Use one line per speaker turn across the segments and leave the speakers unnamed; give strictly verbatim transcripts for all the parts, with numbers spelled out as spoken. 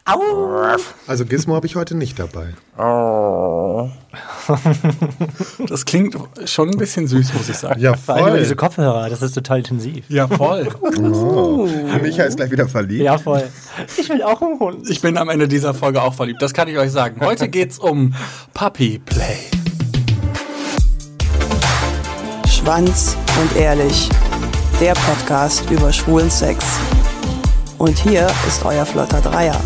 Au!
Also Gizmo habe ich heute nicht dabei.
Oh.
Das klingt schon ein bisschen süß, muss ich sagen.
Ja,
Vor allem über
voll.
diese Kopfhörer, das ist total intensiv.
Ja, voll.
Oh. Micha ist gleich wieder verliebt.
Ja, voll. Ich will auch einen Hund.
Ich bin am Ende dieser Folge auch verliebt, das kann ich euch sagen. Heute geht's um Puppy Play.
Schwanz und ehrlich, der Podcast über schwulen Sex. Und hier ist euer flotter Dreier.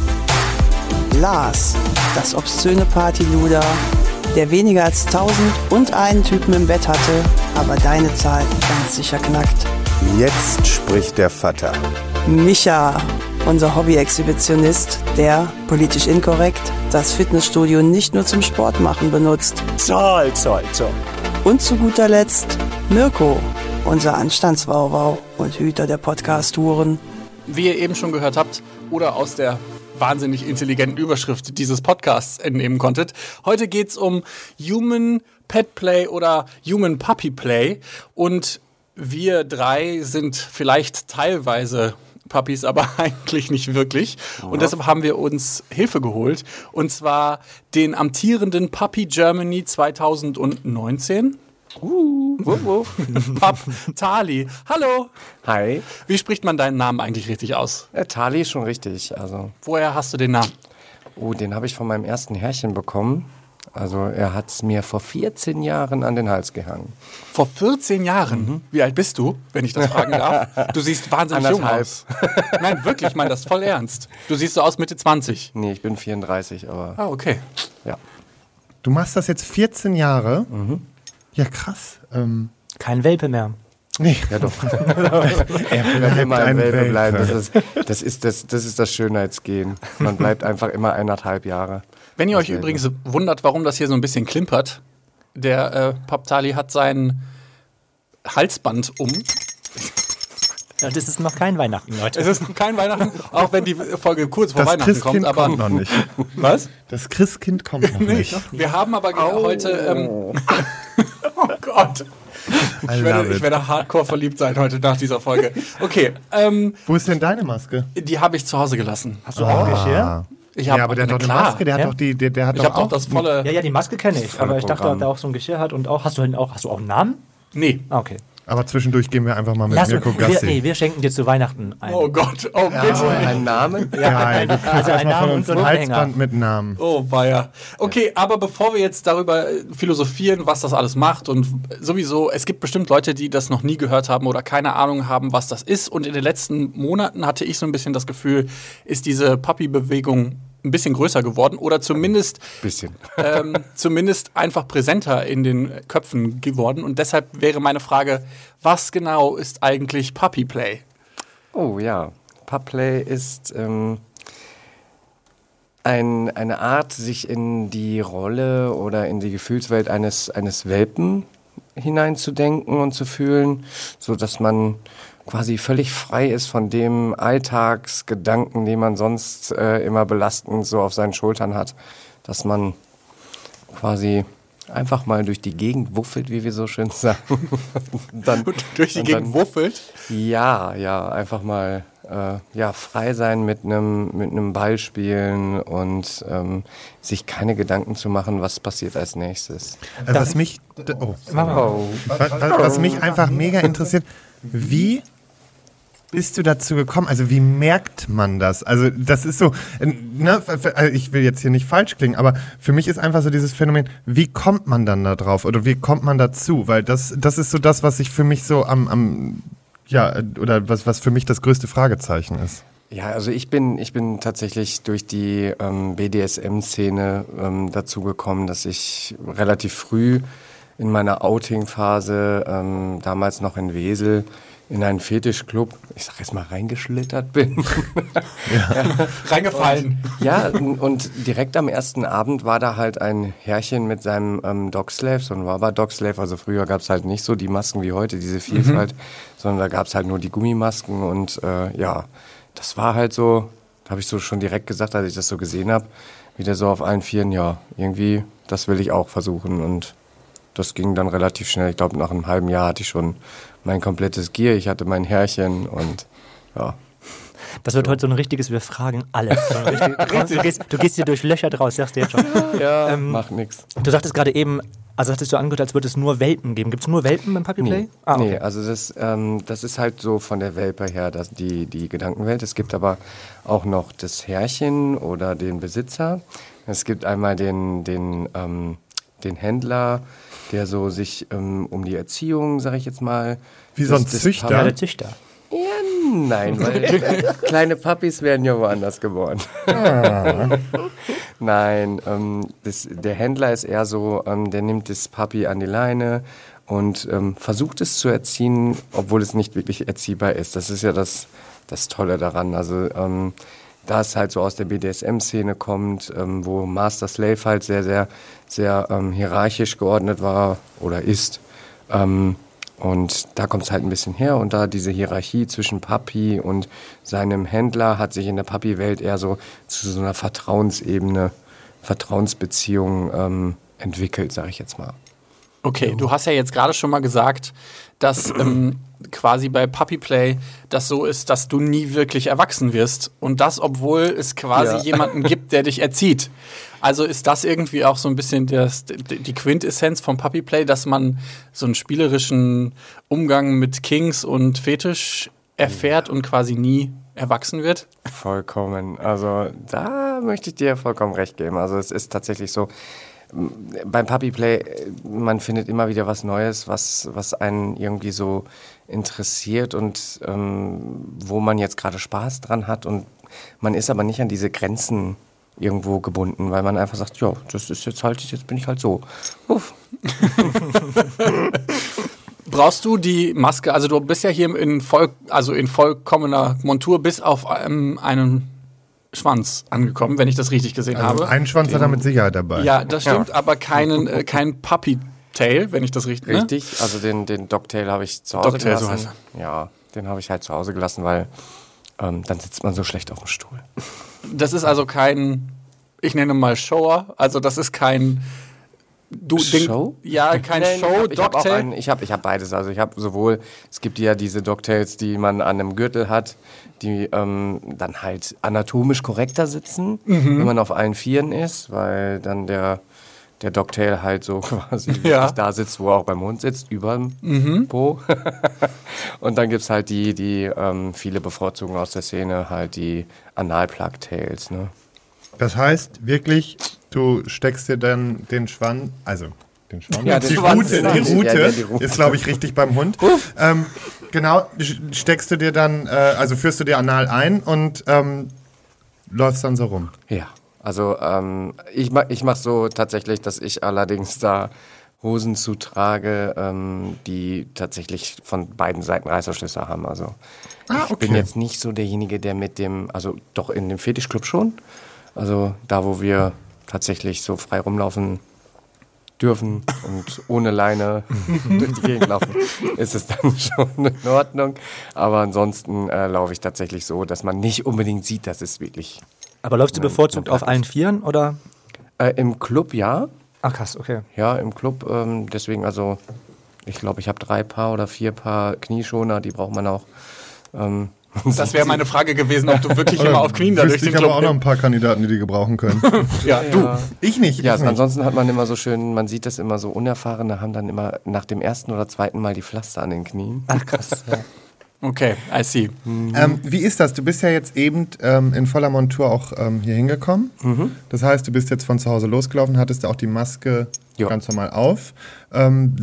Lars, das obszöne Partyluder, der weniger als tausend und einen Typen im Bett hatte, aber deine Zahl ganz sicher knackt.
Jetzt spricht der Vater.
Micha, unser Hobby-Exhibitionist, der, politisch inkorrekt, das Fitnessstudio nicht nur zum Sport machen benutzt.
Zoll, zoll, zoll.
Und zu guter Letzt Mirko, unser Anstandswauwau und Hüter der Podcast-Touren.
Wie ihr eben schon gehört habt oder aus der wahnsinnig intelligenten Überschrift dieses Podcasts entnehmen konntet. Heute geht's um Human Pet Play oder Human Puppy Play. Und wir drei sind vielleicht teilweise Puppies, aber eigentlich nicht wirklich. Und deshalb haben wir uns Hilfe geholt. Und zwar den amtierenden Puppy Germany zwanzig neunzehn. Uh, wuff, wuff. Pup Tali. Hallo.
Hi.
Wie spricht man deinen Namen eigentlich richtig aus?
Äh, Tali ist schon richtig. Also,
Woher hast du den Namen?
oh, den habe ich von meinem ersten Herrchen bekommen. Also er hat es mir vor vierzehn Jahren an den Hals gehangen.
Vor vierzehn Jahren? Mhm. Wie alt bist du, wenn ich das fragen darf? Du siehst wahnsinnig jung
Anderthalb.
aus. Nein, wirklich, ich meine das voll ernst. Du siehst so aus Mitte zwanzig.
Nee, ich bin vierunddreißig, aber
Ah, okay.
ja.
Du machst das jetzt vierzehn Jahre? Mhm. Ja, krass. Ähm,
Kein Welpe mehr.
nee.
Ja doch.
Er
Wenn
bleibt
immer
ein
ein Welpe
Welpe.
bleiben, das ist das, ist das, das ist das Schönheitsgehen. Man bleibt einfach immer eineinhalb Jahre.
Wenn ihr euch
wäre
übrigens wundert, warum das hier so ein bisschen klimpert, der äh, Pup Tali hat sein Halsband um.
Ja, das ist noch kein Weihnachten, Leute.
Es ist noch kein Weihnachten, auch wenn die Folge kurz vor
Das
Weihnachten
Christkind
kommt. Aber
kommt noch nicht.
was?
Das Christkind kommt noch nicht.
Wir haben aber ge- heute. Ähm, oh Gott.
I
Ich werde,
love
ich
it.
werde hardcore verliebt sein heute nach dieser Folge. Okay, ähm,
Wo ist denn deine Maske?
die habe ich zu Hause gelassen.
Hast du auch ein Geschirr?
Ich hab,
Ja, aber der hat
na
doch eine
klar.
Maske, der
Ja?
hat doch die, der, der hat
Ich
doch
habe doch
auch
das volle.
Ja, ja, die Maske kenne ich. Aber ich dachte, ob der auch so ein Geschirr hat und auch. Hast du denn auch, hast du auch einen Namen?
Nee.
Ah, okay.
Aber zwischendurch gehen wir einfach mal mit
Lass,
Mirko
wir,
Gassi.
nee, wir schenken dir zu Weihnachten ein.
Oh Gott. Oh bitte.
Ein Name?
Geil, du kriegst
also ein
erstmal von
Name
uns
und
ein
so ein Hänger.
Halsband mit Namen.
Oh, weia. Okay, aber bevor wir jetzt darüber äh, philosophieren, was das alles macht und sowieso, es gibt bestimmt Leute, die das noch nie gehört haben oder keine Ahnung haben, was das ist. Und in den letzten Monaten hatte ich so ein bisschen das Gefühl, ist diese Puppy-Bewegung ein bisschen größer geworden oder zumindest,
Bisschen.
ähm, zumindest einfach präsenter in den Köpfen geworden. Und deshalb wäre meine Frage, was genau ist eigentlich Puppy Play?
Oh ja, Pup Play ist ähm, ein, eine Art, sich in die Rolle oder in die Gefühlswelt eines, eines Welpen hineinzudenken und zu fühlen, so dass man quasi völlig frei ist von dem Alltagsgedanken, den man sonst äh, immer belastend so auf seinen Schultern hat, dass man quasi einfach mal durch die Gegend wuffelt, wie wir so schön sagen. Und dann,
Durch die
und
Gegend
dann-
wuffelt?
Ja, ja, einfach mal äh, ja, frei sein mit einem mit einem Ball spielen und ähm, sich keine Gedanken zu machen, was passiert als nächstes.
Also was mich, oh,
Mach mal.
Oh.
was, was mich einfach mega interessiert, wie bist du dazu gekommen? Also wie merkt man das? Also das ist so, äh, ne, also ich will jetzt hier nicht falsch klingen, aber für mich ist einfach so dieses Phänomen, wie kommt man dann da drauf oder wie kommt man dazu? Weil das, das ist so das, was ich für mich so am, am ja, oder was, was für mich das größte Fragezeichen ist.
Ja, also ich bin, ich bin tatsächlich durch die ähm, B D S M-Szene ähm, dazu gekommen, dass ich relativ früh in meiner Outing-Phase, ähm, damals noch in Wesel, in einen Fetischclub, ich sag jetzt mal reingeschlittert bin.
Reingefallen.
Ja, und direkt am ersten Abend war da halt ein Herrchen mit seinem ähm, Dogslave, so ein Rubber-Dogslave. Also früher gab es halt nicht so die Masken wie heute, diese Vielfalt, mhm. sondern da gab es halt nur die Gummimasken. Und äh, ja, das war halt so, da habe ich so schon direkt gesagt, als ich das so gesehen habe, wieder so auf allen Vieren, ja, irgendwie, das will ich auch versuchen. Und das ging dann relativ schnell. Ich glaube, nach einem halben Jahr hatte ich schon mein komplettes Gear. Ich hatte mein Herrchen und ja.
Das wird so. heute so ein richtiges, wir fragen alles. So richtig, du, gehst, du gehst hier durchlöchert raus, sagst du jetzt schon.
Ja,
ähm,
macht nix.
Du sagtest gerade eben, also hattest du angehört, als würde es nur Welpen geben. Gibt es nur Welpen beim Puppy Play?
Nee,
ah, okay.
nee also das, ähm, das ist halt so von der Welpe her das, die, die Gedankenwelt. Es gibt aber auch noch das Herrchen oder den Besitzer. Es gibt einmal den, den, ähm, den Händler, der so sich ähm, um die Erziehung, sag ich jetzt mal...
Wie so ein Züchter?
Ja, der Züchter.
Ja, nein, weil kleine Puppies werden ja woanders geboren. Ah. Nein, ähm, das, der Händler ist eher so, ähm, der nimmt das Puppy an die Leine und ähm, versucht es zu erziehen, obwohl es nicht wirklich erziehbar ist. Das ist ja das, das Tolle daran. Also ähm, da es halt so aus der B D S M-Szene kommt, ähm, wo Master-Slave halt sehr, sehr, sehr ähm, hierarchisch geordnet war oder ist, ähm, und da kommt es halt ein bisschen her und da diese Hierarchie zwischen Puppy und seinem Händler hat sich in der Puppy-Welt eher so zu so einer Vertrauensebene, Vertrauensbeziehung ähm, entwickelt, sage ich jetzt mal.
Okay, du hast ja jetzt gerade schon mal gesagt, dass ähm, quasi bei Puppy Play das so ist, dass du nie wirklich erwachsen wirst. Und das, obwohl es quasi ja. jemanden gibt, der dich erzieht. Also ist das irgendwie auch so ein bisschen das, die Quintessenz vom Puppy Play, dass man so einen spielerischen Umgang mit Kings und Fetisch erfährt ja. und quasi nie erwachsen wird?
Vollkommen. Also da möchte ich dir vollkommen recht geben. Also es ist tatsächlich so, beim Puppy Play, man findet immer wieder was Neues, was, was einen irgendwie so interessiert und ähm, wo man jetzt gerade Spaß dran hat. Und man ist aber nicht an diese Grenzen irgendwo gebunden, weil man einfach sagt, ja, das ist jetzt halt, jetzt bin ich halt so. Uff.
Brauchst du die Maske, also du bist ja hier in, voll, also in vollkommener Montur bis auf ähm, einen Schwanz angekommen, wenn ich das richtig gesehen
also
habe.
Einen Schwanz Den, hat er mit Sicherheit dabei.
Ja, das stimmt, ja. aber keinen, äh, kein Puppy-Tail, wenn ich das richtig...
Richtig, ne? Also den, den Dogtail habe ich zu Hause
Dogtail,
gelassen.
So
ja, den habe ich halt zu Hause gelassen, weil ähm, dann sitzt man so schlecht auf dem Stuhl.
Das ist also kein, ich nenne mal Shower, also das ist kein... Du,
Show?
Ding, ja, kein
Nein,
Show,
ich hab,
Dogtail.
Ich habe ich hab beides. Also ich habe sowohl, es gibt ja diese Dogtails, die man an einem Gürtel hat, die ähm, dann halt anatomisch korrekter sitzen, mhm. wenn man auf allen Vieren ist, weil dann der, der Dogtail halt so quasi
ja.
da sitzt, wo er auch beim Hund sitzt, über dem
mhm.
Po. Und dann gibt es halt die, die ähm, viele bevorzugen aus der Szene, halt die Anal-Plug-Tails, ne?
Das heißt wirklich, du steckst dir dann den Schwanz, also den Schwanz,
ja,
die,
den
Rute, die,
ja,
Rute,
ja, die Rute
ist, glaube ich, richtig beim Hund. ähm, genau, steckst du dir dann, äh, also führst du dir anal ein und ähm, läufst dann so rum.
Ja, also ähm, ich, ma- ich mache so tatsächlich, dass ich allerdings da Hosen zutrage, ähm, die tatsächlich von beiden Seiten Reißverschlüsse haben. Also
ah,
ich
okay.
bin jetzt nicht so derjenige, der mit dem, also doch in dem Fetischclub schon, also da, wo wir tatsächlich so frei rumlaufen dürfen und ohne Leine durch die Gegend laufen, ist es dann schon in Ordnung. Aber ansonsten äh, laufe ich tatsächlich so, dass man nicht unbedingt sieht, dass es wirklich...
Aber läufst du bevorzugt auf allen Vieren, oder?
Äh, Im Club, ja.
Ach krass, okay.
Ja, im Club, ähm, deswegen also, ich glaube, ich habe drei Paar oder vier Paar Knieschoner, die braucht man auch. Ähm,
das wäre meine Frage gewesen, ob du wirklich immer auf Knien da durch den
Club... Ich habe auch noch ein paar Kandidaten, die die gebrauchen können.
ja, du.
Ja.
Ich nicht. Ich
ja,
nicht.
Ansonsten hat man immer so schön, man sieht das immer so, Unerfahrene haben dann immer nach dem ersten oder zweiten Mal die Pflaster an den Knien.
Ach krass, ja.
Okay, I see.
Mhm. Ähm, wie ist das? Du bist ja jetzt eben ähm, in voller Montur auch ähm, hier hingekommen. Mhm. Das heißt, du bist jetzt von zu Hause losgelaufen, hattest auch die Maske jo. ganz normal auf. Ähm,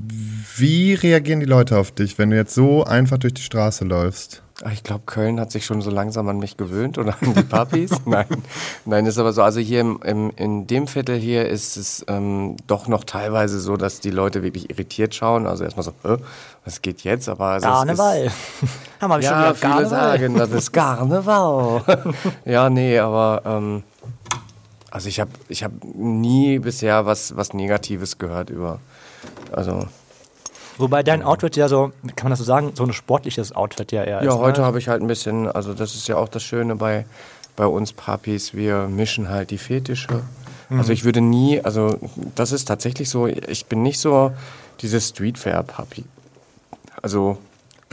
wie reagieren die Leute auf dich, wenn du jetzt so einfach durch die Straße läufst?
Ich glaube, Köln hat sich schon so langsam an mich gewöhnt oder an die Puppies. Nein, nein, ist aber so. Also hier im, im, in dem Viertel hier ist es ähm, doch noch teilweise so, dass die Leute wirklich irritiert schauen. Also erstmal so, äh, was geht jetzt? Aber also
Karneval.
Haben wir ja, schon wieder viele Karneval? Sagen, das ist Karneval. Ja, nee, aber ähm, also ich habe ich hab nie bisher was, was Negatives gehört über, also...
Wobei dein Outfit ja so, kann man das so sagen, so ein sportliches Outfit ja eher
ja, ist. Ja, heute
ne?
habe ich halt ein bisschen, also das ist ja auch das Schöne bei, bei uns Puppies, wir mischen halt die Fetische. Mhm. Also ich würde nie, also das ist tatsächlich so, ich bin nicht so dieses Streetwear-Puppy. Also...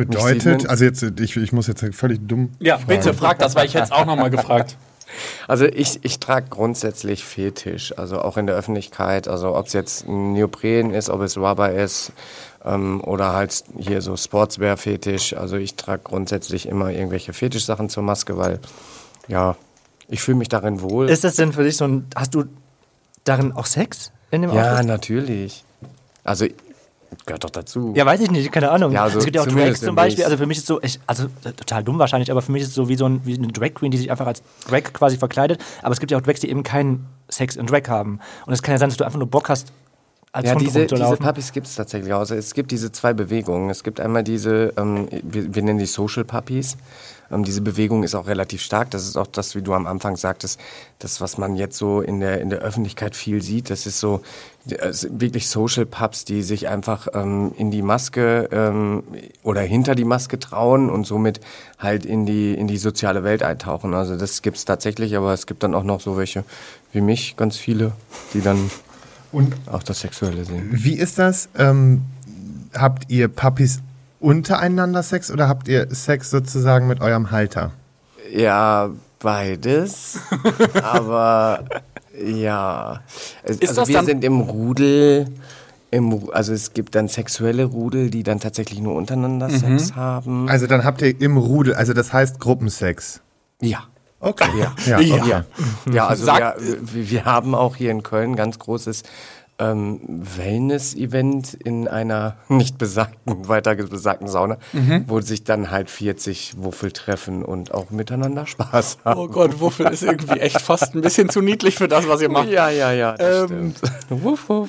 Bedeutet, also jetzt, ich, ich muss jetzt völlig dumm.
Ja, bitte, frag das, weil ich jetzt auch nochmal gefragt.
Also ich, ich trage grundsätzlich Fetisch, also auch in der Öffentlichkeit, also ob es jetzt ein Neopren ist, ob es Rubber ist ähm, oder halt hier so Sportswear-Fetisch. Also ich trage grundsätzlich immer irgendwelche Fetischsachen zur Maske, weil ja, ich fühle mich darin wohl.
Ist das denn für dich so ein, hast du darin auch Sex in dem
Ja,
Outfit?
natürlich. Also gehört doch dazu.
Ja, weiß ich nicht, keine Ahnung.
Ja, also
es gibt ja auch
zumindest
Drags zum
im
Beispiel.
Bild.
Also für mich ist es so, ich, also äh, total dumm wahrscheinlich, aber für mich ist es so wie so ein, wie eine Drag Queen, die sich einfach als Drag quasi verkleidet. Aber es gibt ja auch Drags, die eben keinen Sex in Drag haben. Und es kann ja sein, dass du einfach nur Bock hast, als
Ja,
Hund
diese, diese
rumzulaufen.
Puppies gibt es tatsächlich auch. Also es gibt diese zwei Bewegungen. Es gibt einmal diese, ähm, wir, wir nennen die Social Puppies. Ähm, diese Bewegung ist auch relativ stark. Das ist auch das, wie du am Anfang sagtest, das, was man jetzt so in der, in der Öffentlichkeit viel sieht. Das ist so es sind wirklich Social Pups, die sich einfach ähm, in die Maske ähm, oder hinter die Maske trauen und somit halt in die, in die soziale Welt eintauchen. Also das gibt es tatsächlich, aber es gibt dann auch noch so welche wie mich, ganz viele, die dann
Und
auch das Sexuelle sehen.
wie ist das? Ähm, habt ihr Puppies untereinander Sex oder habt ihr Sex sozusagen mit eurem Halter?
Ja, beides. Aber ja. Es,
Ist
also
das
wir
dann-
sind im Rudel. Im, Ru- also es gibt dann sexuelle Rudel, die dann tatsächlich nur untereinander Sex haben.
Also dann habt ihr im Rudel, also das heißt Gruppensex.
Ja.
Okay. Ja,
Ja.
okay.
Ja, ja also
Sag-
wir, wir, wir haben auch hier in Köln ein ganz großes ähm, Wellness-Event in einer nicht besagten, weiter besagten Sauna, wo sich dann halt vierzig Wuffel treffen und auch miteinander Spaß haben.
Oh Gott, Wuffel ist irgendwie echt fast ein bisschen zu niedlich für das, was ihr macht.
Ja, ja, ja, das
Ähm,
stimmt. Wuff, wuff.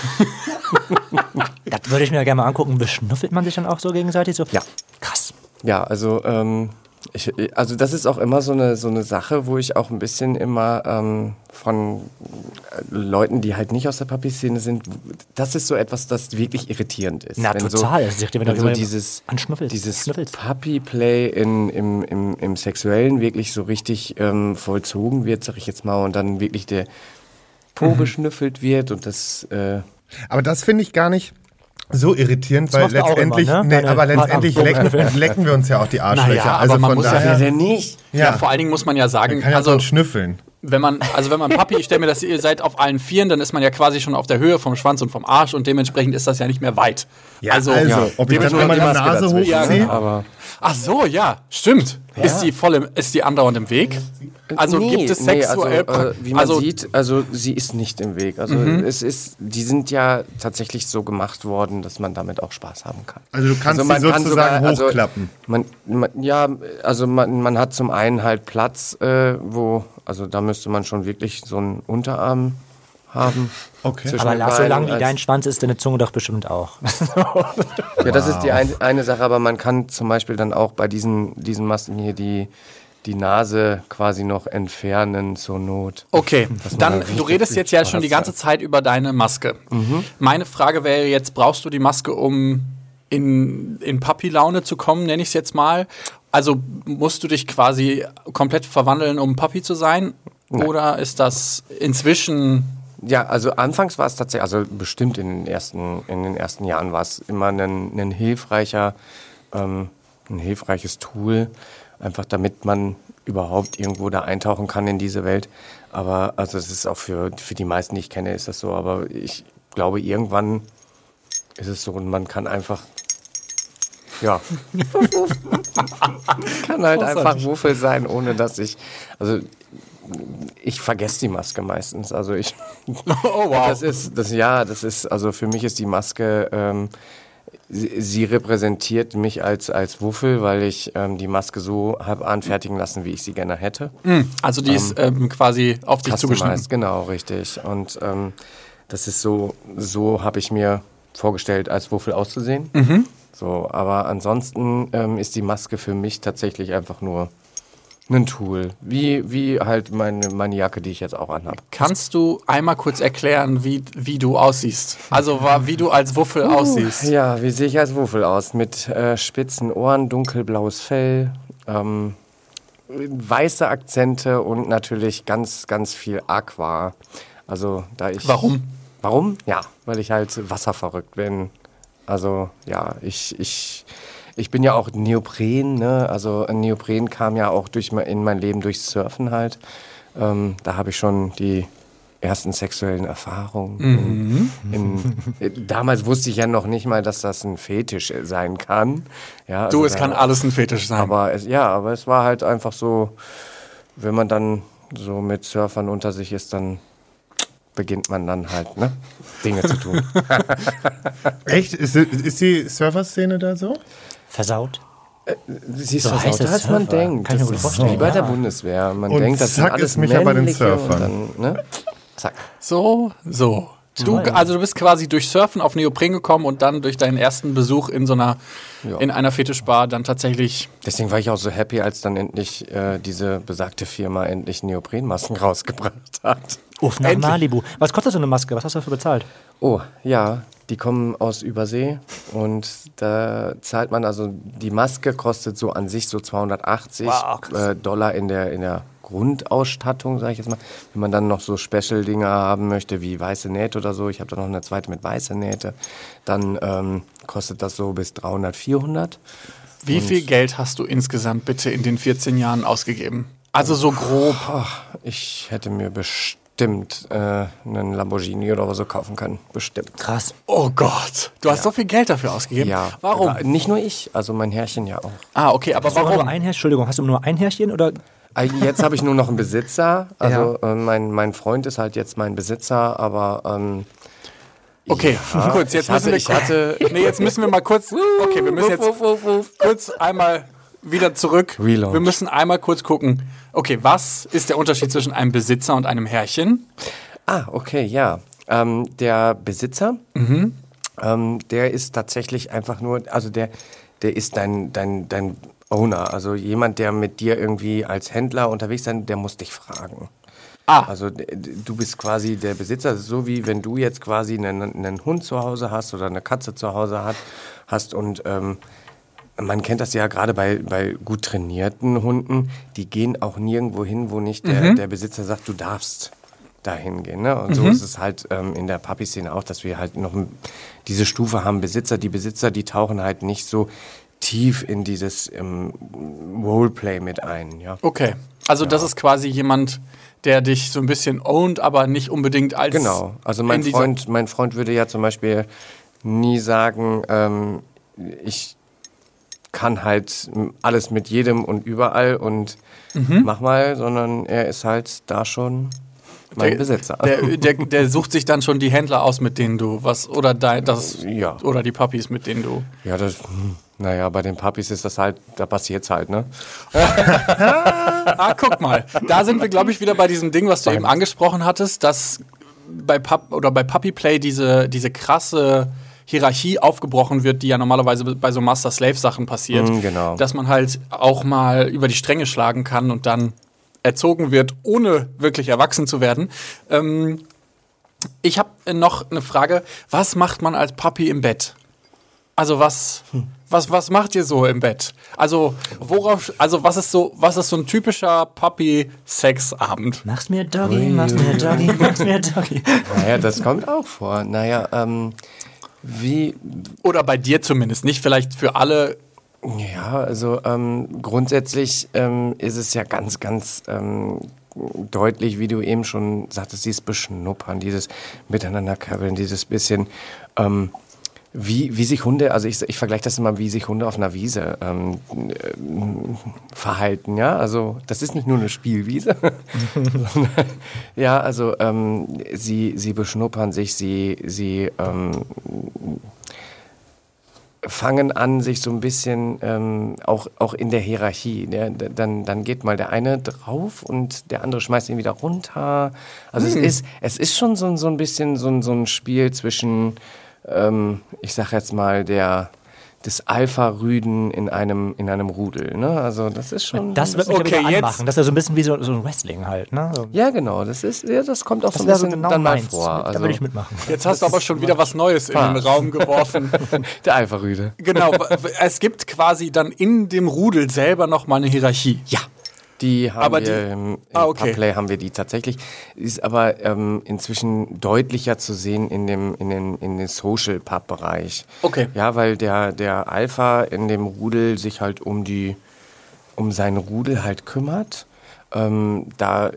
Das würde ich mir gerne mal angucken. Beschnuffelt man sich dann auch so gegenseitig? So?
Ja.
Krass.
Ja, also, ähm, ich, also das ist auch immer so eine, so eine Sache, wo ich auch ein bisschen immer ähm, von äh, Leuten, die halt nicht aus der Papi-Szene sind, das ist so etwas, das wirklich irritierend ist.
Na,
Wenn
total.
So,
Das ist ja, wenn
wenn
du
so
immer
dieses,
anschnuffelst,
dieses
schnüffelst.
Puppy-Play in, im, im, im Sexuellen wirklich so richtig ähm, vollzogen wird, sag ich jetzt mal, und dann wirklich der Po beschnüffelt wird und das... Äh,
Aber das finde ich gar nicht so irritierend, weil
machst du auch
letztendlich,
immer, ne?
nee,
Deine
aber
Partner
letztendlich
am
lecken,
Schnüffeln.
lecken wir uns ja auch die Arschlöcher.
Naja, aber
also
man
von
muss ja-
daher,
denn nicht?
Ja.
ja,
vor allen Dingen muss man ja sagen,
man kann ja
also
so schnüffeln.
wenn man, also wenn man Papi, ich stelle mir das, ihr seid auf allen Vieren, dann ist man ja quasi schon auf der Höhe vom Schwanz und vom Arsch und dementsprechend ist das ja nicht mehr weit.
Ja,
also,
also, ob ich dann
dementsprechend
immer die
die
Nase
Maske dazwischen,
hochziehe?
Ja,
aber
Ach so, ja, stimmt. Ist die voll im, ist die andauernd im Weg? Also
Nee,
gibt es
nee,
sexuell,
also, äh, wie man
also
sieht, also sie ist nicht im Weg. Also es ist, die sind ja tatsächlich so gemacht worden, dass man damit auch Spaß haben kann.
Also du kannst
man
sie
kann
sozusagen
sogar- also
hochklappen.
Man, man, ja, also man, man hat zum einen halt Platz, äh, wo, also da müsste man schon wirklich so einen Unterarm haben.
Okay.
zwischen
Aber
den
Lars, so
Beinen
lang wie
als-
dein Schwanz ist, deine Zunge doch bestimmt auch.
Ja, das ist die ein, eine Sache, aber man kann zum Beispiel dann auch bei diesen, diesen Masken hier die, die Nase quasi noch entfernen zur Not.
okay,
man
dann,
dann
du
richtig
redest jetzt ja
Spaß
schon die ganze
hat.
Zeit über deine Maske. Meine Frage wäre jetzt, brauchst du die Maske, um in, in Papi-Laune zu kommen, nenne ich es jetzt mal? Also musst du dich quasi komplett verwandeln, um Papi zu sein? Oder ist das inzwischen...
Ja, also anfangs war es tatsächlich, also bestimmt in den ersten, in den ersten Jahren war es immer ein, ein hilfreicher, ähm, ein hilfreiches Tool, einfach damit man überhaupt irgendwo da eintauchen kann in diese Welt. Aber also es ist auch für, für die meisten, die ich kenne, ist das so. Aber ich glaube, irgendwann ist es so und man kann einfach, ja, kann halt einfach Wuffel sein, ohne dass ich, also ich vergesse die Maske meistens. Also ich,
Oh wow.
das ist, das ja, das ist, also für mich ist die Maske, ähm, sie, sie repräsentiert mich als, als Wuffel, weil ich ähm, die Maske so habe anfertigen lassen, wie ich sie gerne hätte.
Also die ist ähm, quasi auf dich zugeschnitten.
Customized, genau, richtig. Und ähm, das ist so, so habe ich mir vorgestellt, als Wuffel auszusehen. So, aber ansonsten ähm, ist die Maske für mich tatsächlich einfach nur ein Tool. Wie, wie halt meine, meine Jacke, die ich jetzt auch anhabe.
Kannst du einmal kurz erklären, wie, wie du aussiehst? Also wa- wie du als Wuffel aussiehst?
Ja, wie sehe ich als Wuffel aus? Mit äh, spitzen Ohren, dunkelblaues Fell, ähm, weiße Akzente und natürlich ganz, ganz viel Aqua. Also da ich.
Warum?
Warum? Ja, weil ich halt wasserverrückt bin. Also ja, ich, ich, ich bin ja auch Neopren, ne? Also Neopren kam ja auch durch in mein Leben durch Surfen halt. Ähm, da habe ich schon die ersten sexuellen Erfahrungen.
Mhm.
In, in, damals wusste ich ja noch nicht mal, dass das ein Fetisch sein kann. Ja, also
Du, es
da,
kann alles ein Fetisch sein.
Aber es, ja, aber es war halt einfach so, wenn man dann so mit Surfern unter sich ist, dann beginnt man dann halt, ne, Dinge zu tun.
Echt? Ist, ist die Surfer-Szene da so?
Versaut.
Sie ist
So heißt
versauter,
es
als man
Surfer.
denkt.
Kann ich
Das
mir
ist
vorstellen,
wie bei der
ja.
Bundeswehr. Man
Und
denkt, das sind
zack
alles
ist Micha bei den
männliche
Surfern.
und dann, ne, zack.
So, so. Du, also du bist quasi durch Surfen auf Neopren gekommen und dann durch deinen ersten Besuch in so einer,
Ja.
in einer Fetischbar dann tatsächlich.
Deswegen war ich auch so happy, als dann endlich äh, diese besagte Firma endlich Neoprenmasken rausgebracht hat.
Uff, nach
Endlich.
Malibu. Was kostet so eine Maske? Was hast du dafür bezahlt?
Oh, ja, die kommen aus Übersee und da zahlt man, also die Maske kostet so an sich so zweihundertachtzig
Wow, krass.
äh, Dollar in der, in der Grundausstattung, sage ich jetzt mal. Wenn man dann noch so Special-Dinge haben möchte, wie weiße Nähte oder so, ich habe da noch eine zweite mit weiße Nähte, dann ähm, kostet das so bis dreihundert, vierhundert.
Wie viel Geld hast du insgesamt bitte in den vierzehn Jahren ausgegeben? Also so grob.
Ich hätte mir bestimmt äh, einen Lamborghini oder so kaufen können. Bestimmt.
Krass.
Oh Gott, du hast so viel Geld dafür ausgegeben.
Ja.
Warum?
Aber nicht nur ich, also mein Herrchen ja auch.
Ah, okay, aber
Hast du immer
warum?
nur ein Herrchen? Entschuldigung, hast du nur ein Herrchen oder?
Äh, Jetzt habe ich nur noch einen Besitzer. Also äh, mein, mein Freund ist halt jetzt mein Besitzer, aber ähm,
Okay,
ja,
kurz, jetzt
ich hatte,
müssen wir
ich hatte
Nee, jetzt müssen wir mal kurz. Okay, wir müssen jetzt kurz einmal wieder zurück.
Relaunch.
Wir müssen einmal kurz gucken. Okay, was ist der Unterschied zwischen einem Besitzer und einem Herrchen?
Ah, okay, ja. Ähm, der Besitzer, ähm, der ist tatsächlich einfach nur, also der, der ist dein, dein, dein Owner, also jemand, der mit dir irgendwie als Händler unterwegs sein, der muss dich fragen.
Ah.
Also d- d- du bist quasi der Besitzer, das ist so wie wenn du jetzt quasi einen, einen Hund zu Hause hast oder eine Katze zu Hause hat, hast und ähm, man kennt das ja gerade bei, bei gut trainierten Hunden, die gehen auch nirgendwo hin, wo nicht der, der Besitzer sagt, du darfst dahin gehen. Ne? Und so ist es halt ähm, in der Puppy-Szene auch, dass wir halt noch ein, diese Stufe haben, Besitzer. Die Besitzer, die tauchen halt nicht so tief in dieses ähm, Roleplay mit ein. Ja?
Okay. Also das ist quasi jemand, der dich so ein bisschen ownt, aber nicht unbedingt als...
Genau. Also mein
in dieser-
Freund, mein Freund würde ja zum Beispiel nie sagen, ähm, ich kann halt alles mit jedem und überall und mach mal, sondern er ist halt da schon mein
Der-
Besitzer.
Der, der, der sucht sich dann schon die Händler aus, mit denen du was... Oder dein, das,
Ja.
oder die Puppies, mit denen du...
Ja, das, hm, naja, bei den Puppies ist das halt, da passiert's halt, ne?
Ah, guck mal. Da sind wir, glaube ich, wieder bei diesem Ding, was du eben angesprochen hattest, dass bei Pup oder bei Puppy Play diese, diese krasse Hierarchie aufgebrochen wird, die ja normalerweise bei so Master-Slave-Sachen passiert.
Mm, genau.
Dass man halt auch mal über die Stränge schlagen kann und dann erzogen wird, ohne wirklich erwachsen zu werden. Ähm, ich habe noch eine Frage. Was macht man als Puppy im Bett? Also was, was, was macht ihr so im Bett? Also worauf, also was ist so, was ist so ein typischer Puppy-Sex-Abend?
Mach's mir Doggy, mach's mir Doggy, mach's mir Doggy.
Naja, das kommt auch vor. Naja, ähm, wie,
Oder bei dir zumindest, nicht vielleicht für alle.
ja, also ähm, grundsätzlich ähm, ist es ja ganz, ganz ähm, deutlich, wie du eben schon sagtest, dieses Beschnuppern, dieses Miteinander krabbeln, dieses bisschen, ähm, wie, wie sich Hunde, also ich, ich vergleiche das immer, wie sich Hunde auf einer Wiese ähm, ähm, verhalten, ja, also das ist nicht nur eine Spielwiese, sondern, ja, also ähm, sie, sie beschnuppern sich, sie, sie ähm, fangen an, sich so ein bisschen, ähm, auch, auch in der Hierarchie, ne? dann, dann geht mal der eine drauf und der andere schmeißt ihn wieder runter. Also es ist, es ist schon so, ein- so ein bisschen so, ein- so ein Spiel zwischen, ähm, ich sag jetzt mal, der des Alpha-Rüden in einem, in einem Rudel. Ne? Also das ist schon...
Das wird mich
Okay,
ja wieder
jetzt-
anmachen. Das ist ja so ein bisschen wie so, so ein Wrestling halt. Ne? So,
ja, genau, das ist, ja, das kommt auch
das
so ein
wäre so
bisschen
genau
dann mal
meins.
vor.
Da
Also,
würde ich mitmachen.
Jetzt hast du aber schon wieder was Neues in den Raum geworfen.
der Alpha-Rüde.
Genau, es gibt quasi dann in dem Rudel selber noch mal eine Hierarchie.
Ja. Die haben
Aber
wir
die-
im, im
Ah, okay.
Pubplay haben wir die tatsächlich. Ist aber ähm, inzwischen deutlicher zu sehen in dem in den in den Social Pub Bereich.
Okay.
Ja, weil der der Alpha in dem Rudel sich halt um die um seinen Rudel halt kümmert. Ähm, da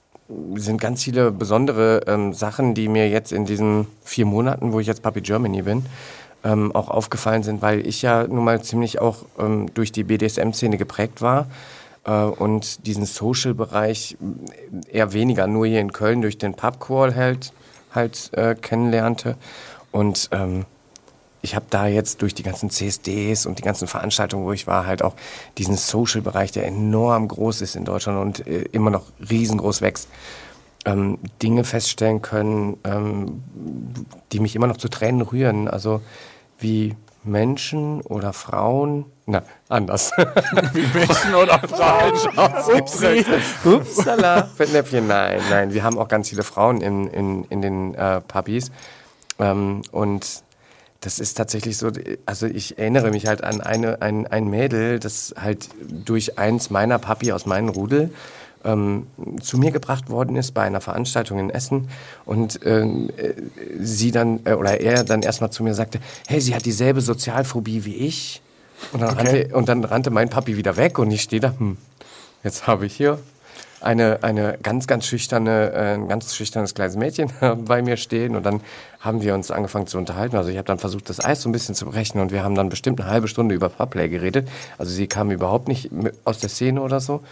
sind ganz viele besondere ähm, Sachen, die mir jetzt in diesen vier Monaten, wo ich jetzt Puppy Germany bin, ähm, auch aufgefallen sind, weil ich ja nun mal ziemlich auch ähm, durch die B D S M-Szene geprägt war äh, und diesen Social-Bereich eher weniger, nur hier in Köln durch den Pubcrawl halt, halt äh, kennenlernte. Und ähm, ich habe da jetzt durch die ganzen C S Ds und die ganzen Veranstaltungen, wo ich war, halt auch diesen Social-Bereich, der enorm groß ist in Deutschland und äh, immer noch riesengroß wächst, ähm, Dinge feststellen können, ähm, die mich immer noch zu Tränen rühren. Also wie Menschen oder Frauen, na, anders.
Wie Menschen oder Frauen. Upsi.
Upsala, Fettnäpfchen, nein, nein. Wir haben auch ganz viele Frauen in, in, in den äh, Puppies. Ähm, und das ist tatsächlich so, also ich erinnere mich halt an eine, ein, ein Mädel, das halt durch eins meiner Puppy aus meinem Rudel ähm, zu mir gebracht worden ist bei einer Veranstaltung in Essen und ähm, äh, sie dann, äh, oder er dann erstmal zu mir sagte, hey, sie hat dieselbe Sozialphobie wie ich. Und dann,
Okay.
rannte, und dann rannte mein Puppy wieder weg und ich stehe da, hm, jetzt habe ich hier eine, eine ganz, ganz schüchterne, äh, ein ganz schüchternes kleines Mädchen bei mir stehen und dann haben wir uns angefangen zu unterhalten. Also ich habe dann versucht, das Eis so ein bisschen zu brechen und wir haben dann bestimmt eine halbe Stunde über Pubplay geredet. Also sie kam überhaupt nicht mit, aus der Szene oder so.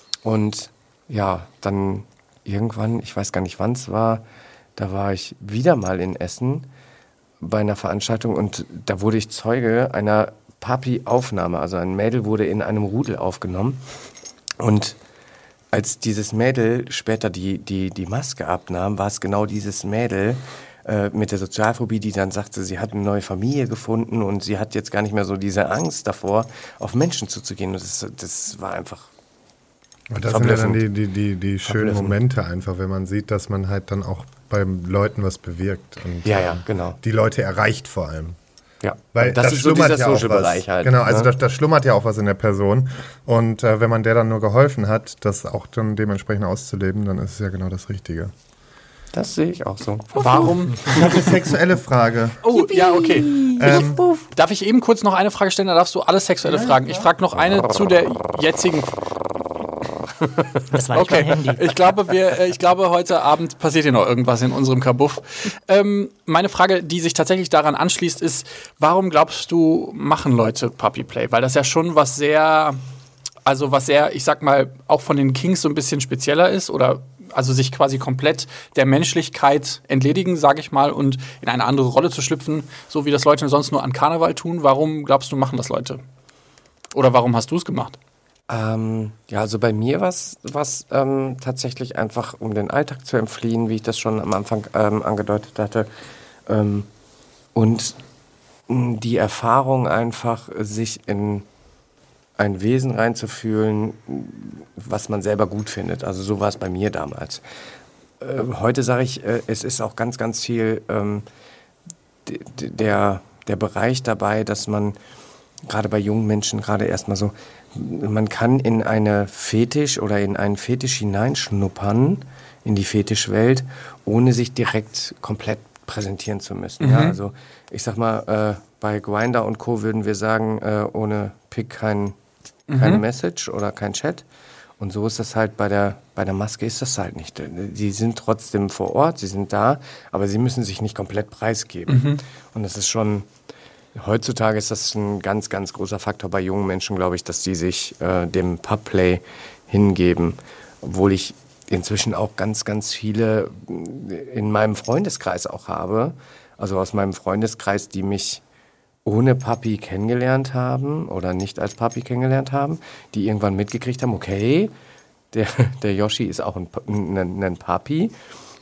Und ja, dann irgendwann, ich weiß gar nicht, wann es war, da war ich wieder mal in Essen bei einer Veranstaltung und da wurde ich Zeuge einer Puppy-Aufnahme. Also ein Mädel wurde in einem Rudel aufgenommen und als dieses Mädel später die, die, die Maske abnahm, war es genau dieses Mädel äh, mit der Sozialphobie, die dann sagte, sie hat eine neue Familie gefunden und sie hat jetzt gar nicht mehr so diese Angst davor, auf Menschen zuzugehen. Und das, das war einfach
Und das sind ja dann die,
verblüffend.
die, die, die schönen
Verblüffend.
Momente einfach, wenn man sieht, dass man halt dann auch bei Leuten was bewirkt. Und
Ja, ja, genau.
die Leute erreicht vor allem.
Ja,
Weil
und das,
das
ist so
schlummert
dieser
ja auch was.
Social-Bereich halt.
Genau, also
ne?
da, da schlummert ja auch was in der Person. Und äh, wenn man der dann nur geholfen hat, das auch dann dementsprechend auszuleben, dann ist es ja genau das Richtige.
Das sehe ich auch so.
Warum?
Ich habe eine sexuelle Frage.
Oh, ja, okay.
Ähm,
Darf ich eben kurz noch eine Frage stellen? Da darfst du alle sexuelle Fragen. Ich frage noch eine zu der jetzigen.
Das war nicht
Okay,
mein Handy.
ich glaube, wir, äh, ich glaube, heute Abend passiert hier noch irgendwas in unserem Kabuff. Ähm, meine Frage, die sich tatsächlich daran anschließt, ist, warum glaubst du, machen Leute Puppy Play? Weil das ja schon was sehr, also was sehr, ich sag mal, auch von den Kings so ein bisschen spezieller ist oder also sich quasi komplett der Menschlichkeit entledigen, sage ich mal, und in eine andere Rolle zu schlüpfen, so wie das Leute sonst nur an Karneval tun. Warum glaubst du, machen das Leute? Oder warum hast du es gemacht?
Ähm, ja, also bei mir war es ähm, tatsächlich einfach, um den Alltag zu entfliehen, wie ich das schon am Anfang ähm, angedeutet hatte. Ähm, und mh, die Erfahrung einfach, sich in ein Wesen reinzufühlen, was man selber gut findet. Also so war es bei mir damals. Äh, heute sage ich, äh, es ist auch ganz, ganz viel ähm, d- d- der, der Bereich dabei, dass man gerade bei jungen Menschen gerade erstmal so, man kann in eine Fetisch oder in einen Fetisch hineinschnuppern, in die Fetischwelt, ohne sich direkt komplett präsentieren zu müssen. Ja, also ich sag mal, äh, bei Grindr und Co. würden wir sagen, äh, ohne Pick kein, keine Message oder kein Chat. Und so ist das halt bei der, bei der Maske ist das halt nicht. Die sind trotzdem vor Ort, sie sind da, aber sie müssen sich nicht komplett preisgeben. Und das ist schon, heutzutage ist das ein ganz, ganz großer Faktor bei jungen Menschen, glaube ich, dass die sich äh, dem Pubplay hingeben. Obwohl ich inzwischen auch ganz, ganz viele in meinem Freundeskreis auch habe. Also aus meinem Freundeskreis, die mich ohne Puppy kennengelernt haben oder nicht als Puppy kennengelernt haben, die irgendwann mitgekriegt haben, okay, der, der Yoshi ist auch ein, ein, ein Puppy.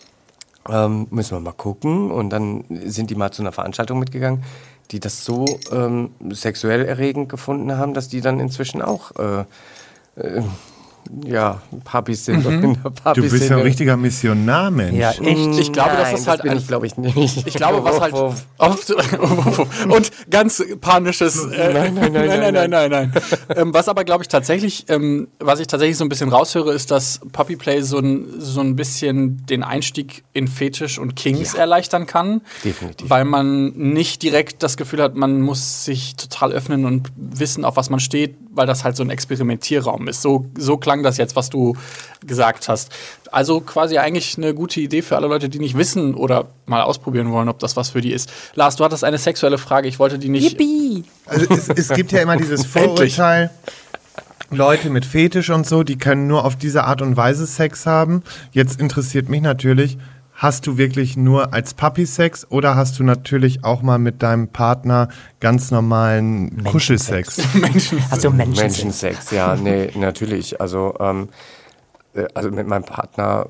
Ähm, müssen wir mal gucken. Und dann sind die mal zu einer Veranstaltung mitgegangen, die das so ähm, sexuell erregend gefunden haben, dass die dann inzwischen auch äh, äh, ja, Papis sind und in der
Du
Papis
bist ja ein richtiger Missionar, Mensch.
Ja, echt.
Ich glaube,
Nein,
das ist halt
das bin
ein-
ich, glaube ich, nicht.
Ich glaube, was halt oft und ganz panisches äh,
Nein, nein, nein,
nein, nein,
nein,
nein, nein. ähm, was aber glaube ich tatsächlich, ähm, was ich tatsächlich so ein bisschen raushöre, ist, dass Puppy Play so ein so ein bisschen den Einstieg in Fetisch und Kings erleichtern kann,
Definitiv.
weil man nicht direkt das Gefühl hat, man muss sich total öffnen und wissen, auf was man steht, weil das halt so ein Experimentierraum ist. So so klang das jetzt, was du gesagt hast. Also quasi eigentlich eine gute Idee für alle Leute, die nicht wissen oder mal ausprobieren wollen, ob das was für die ist. Lars, du hattest eine sexuelle Frage. Ich wollte die nicht.
Yippie.
Also es, es gibt ja immer dieses
Endlich.
Vorurteil, Leute mit Fetisch und so, die können nur auf diese Art und Weise Sex haben. Jetzt interessiert mich natürlich, hast du wirklich nur als Puppy Sex oder hast du natürlich auch mal mit deinem Partner ganz normalen Kuschelsex?
Hast du Menschen?
Menschensex, ja, nee, natürlich. Also, ähm, äh, also mit meinem Partner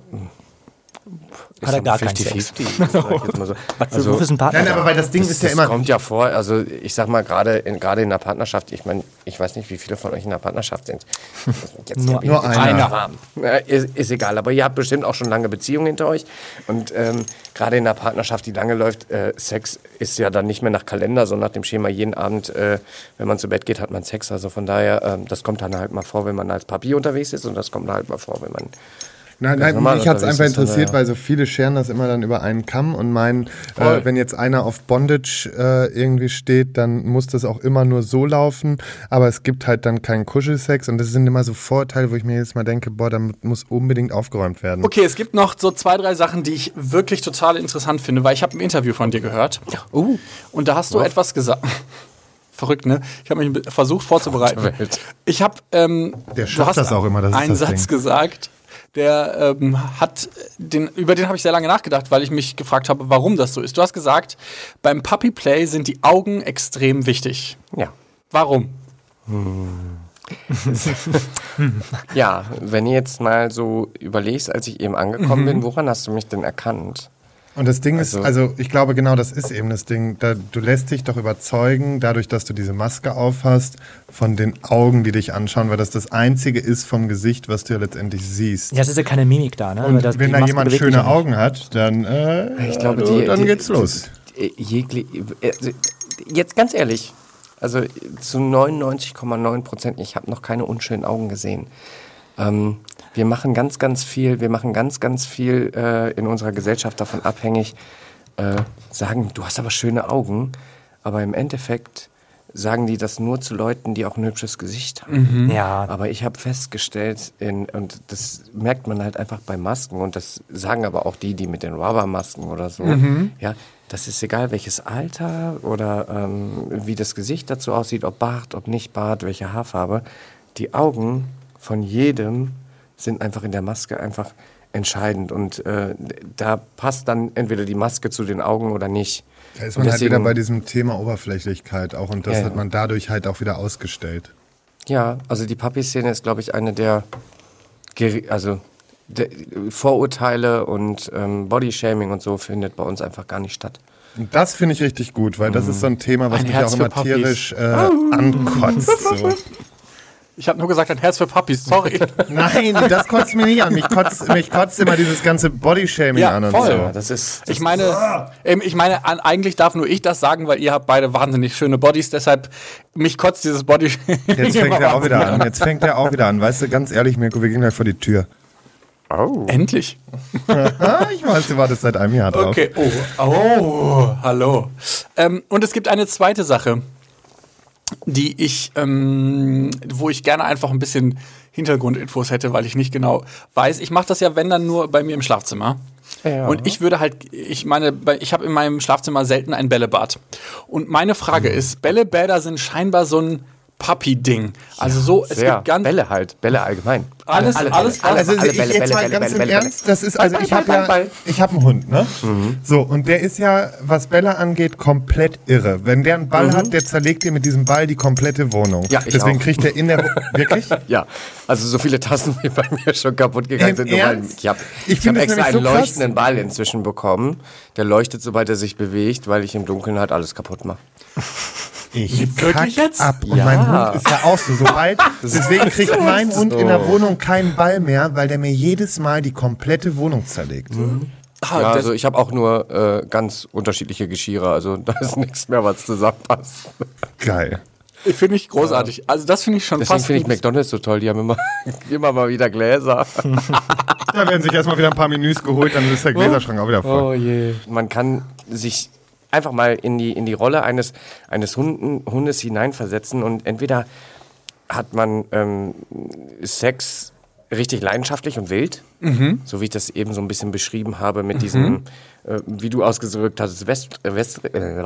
ist
Hat er
dann
gar keinen
fifty
Sex.
fifty, sag ich jetzt mal so.
Was für
Also,
wofür ist ein Partner?
Nein, aber weil das Ding
das,
ist ja
das
immer...
kommt ja vor, also ich sag mal, gerade in, gerade in der Partnerschaft, ich meine, ich weiß nicht, wie viele von euch in der Partnerschaft sind. Jetzt
Nur-
bin
nur
ich jetzt
einer.
schon warm. Ja, ist, ist egal, aber ihr habt bestimmt auch schon lange Beziehungen hinter euch und ähm, gerade in der Partnerschaft, die lange läuft, äh, Sex ist ja dann nicht mehr nach Kalender, sondern nach dem Schema jeden Abend, äh, wenn man zu Bett geht, hat man Sex, also von daher, ähm, das kommt dann halt mal vor, wenn man als Papi unterwegs ist und das kommt halt mal vor, wenn man
Nein,
Das
nein,
normal
mich hat es
unterwegs
einfach
ist, aber
interessiert,
ja.
weil so viele scheren das immer dann über einen Kamm und meinen,
Voll.
äh, wenn jetzt einer auf Bondage äh, irgendwie steht, dann muss das auch immer nur so laufen, aber es gibt halt dann keinen Kuschelsex und das sind immer so Vorurteile, wo ich mir jetzt mal denke, boah, damit muss unbedingt aufgeräumt werden.
Okay, es gibt noch so zwei, drei Sachen, die ich wirklich total interessant finde, weil ich habe ein Interview von dir gehört. Uh. Und da hast du etwas gesagt. Verrückt, ne? Ich habe mich versucht vorzubereiten.
Welt.
Ich habe, ähm,
Der
du
schafft
hast
das auch immer, das ist
einen
das
Satz
Ding.
gesagt, der ähm, hat, den, über den habe ich sehr lange nachgedacht, weil ich mich gefragt habe, warum das so ist. Du hast gesagt, beim Puppy Play sind die Augen extrem wichtig.
ja.
Warum?
Ja, wenn ihr jetzt mal so überlegst, als ich eben angekommen bin, woran hast du mich denn erkannt?
Und das Ding ist,
Also-
also ich glaube genau, das ist eben das Ding, da, du lässt dich doch überzeugen, dadurch, dass du diese Maske aufhast, von den Augen, die dich anschauen, weil das das Einzige ist vom Gesicht, was du ja letztendlich siehst.
Ja, es ist ja keine Mimik da, ne?
Und
Weil das-
wenn
die
da
Maske
jemand
bewegt sich
schöne
ja nicht.
Augen hat, dann, äh,
Ich glaube,
also,
die,
dann
die,
geht's los.
Die, jegli, also, jetzt ganz ehrlich, also zu neunundneunzig Komma neun Prozent, ich habe noch keine unschönen Augen gesehen. Ähm, wir machen ganz, ganz viel, wir machen ganz, ganz viel äh, in unserer Gesellschaft davon abhängig, äh, sagen, du hast aber schöne Augen, aber im Endeffekt sagen die das nur zu Leuten, die auch ein hübsches Gesicht haben.
Ja,
Aber ich habe festgestellt, in, und das merkt man halt einfach bei Masken, und das sagen aber auch die, die mit den Rubbermasken oder so, ja, das ist egal, welches Alter oder ähm, wie das Gesicht dazu aussieht, ob Bart, ob nicht Bart, welche Haarfarbe. Die Augen von jedem sind einfach in der Maske einfach entscheidend, und äh, da passt dann entweder die Maske zu den Augen oder nicht.
Da ist
Und
man halt
deswegen-
wieder bei diesem Thema Oberflächlichkeit auch und das
Ja, ja.
hat man dadurch halt auch wieder ausgestellt.
Ja, also die Papi-Szene ist, glaube ich, eine der, geri- also der Vorurteile und ähm, Bodyshaming und so findet bei uns einfach gar nicht statt.
Und das finde ich richtig gut, weil das ist so ein Thema, was
Ein
mich
Herz
auch
für
immer
Puppies.
tierisch äh, ankotzt. So.
Ich habe nur gesagt, ein Herz für Puppies, sorry.
Nein, das kotzt mir nicht an. Mich kotzt, mich kotzt immer dieses ganze Bodyshaming
Ja,
an und
voll.
so.
Ja, das ist, das
Ich meine, ähm, ich meine, an, eigentlich darf nur ich das sagen, weil ihr habt beide wahnsinnig schöne Bodies, deshalb mich kotzt dieses Body.
Jetzt fängt er auch wieder an. Jetzt fängt er auch wieder an. Weißt du, ganz ehrlich, Mirko, wir gehen gleich vor die Tür.
oh.
Endlich.
Ah, ich weiß, du wartest seit einem Jahr drauf.
Okay. Oh, oh hallo. Ähm, und es gibt eine zweite Sache, die ich, ähm, wo ich gerne einfach ein bisschen Hintergrundinfos hätte, weil ich nicht genau weiß. Ich mache das ja, wenn dann nur bei mir im Schlafzimmer.
Ja.
Und ich würde halt, ich meine, bei- ich habe in meinem Schlafzimmer selten ein Bällebad. Und meine Frage ist, Bällebäder sind scheinbar so ein Papi-Ding. Also so, es
Sehr.
gibt ganz
Bälle halt, Bälle allgemein.
alles,
Alle
alles,
Bälle,
alles.
Also
Alle
ich,
Bälle,
jetzt
Bälle,
mal
Bälle,
ganz
Bälle,
im
Bälle,
Ernst, das ist, also
Ball,
ich
Ball,
habe
Ball,
ja,
Ball.
ich habe einen Hund, ne? So, und der ist ja, was Bälle angeht, komplett irre. Wenn der einen Ball hat, der zerlegt dir mit diesem Ball die komplette Wohnung.
Ja, ich
Deswegen
auch.
kriegt er in der, wirklich?
Ja, also so viele Tassen wie bei mir schon kaputt gegangen
Im
sind. Nur weil,
Ernst?
ich habe
Ich
ich
find
hab
das
extra
nämlich
einen
so krass.
leuchtenden Ball inzwischen bekommen. Der leuchtet, sobald er sich bewegt, weil ich im Dunkeln halt alles kaputt mache.
Ich
Wirklich
kack
jetzt?
ab. Und
Ja.
mein Hund ist ja auch so. Sobald, deswegen kriegt mein Hund in der Wohnung keinen Ball mehr, weil der mir jedes Mal die komplette Wohnung zerlegt.
Ah,
Ja,
das-
also ich habe auch nur äh, ganz unterschiedliche Geschirre, also da ist nichts mehr, was zusammenpasst.
Geil.
finde ich großartig. Also das finde ich schon
Deswegen
fast
finde ich
gut.
McDonald's so toll, die haben immer, immer mal wieder Gläser.
Da werden sich erstmal wieder ein paar Menüs geholt, dann ist der Gläserschrank auch wieder voll.
Oh je. Man kann sich einfach mal in die, in die Rolle eines, eines Hunden, Hundes hineinversetzen und entweder hat man ähm, Sex richtig leidenschaftlich und wild, so wie ich das eben so ein bisschen beschrieben habe mit diesem, äh, wie du ausgedrückt hast, West, äh, West, äh,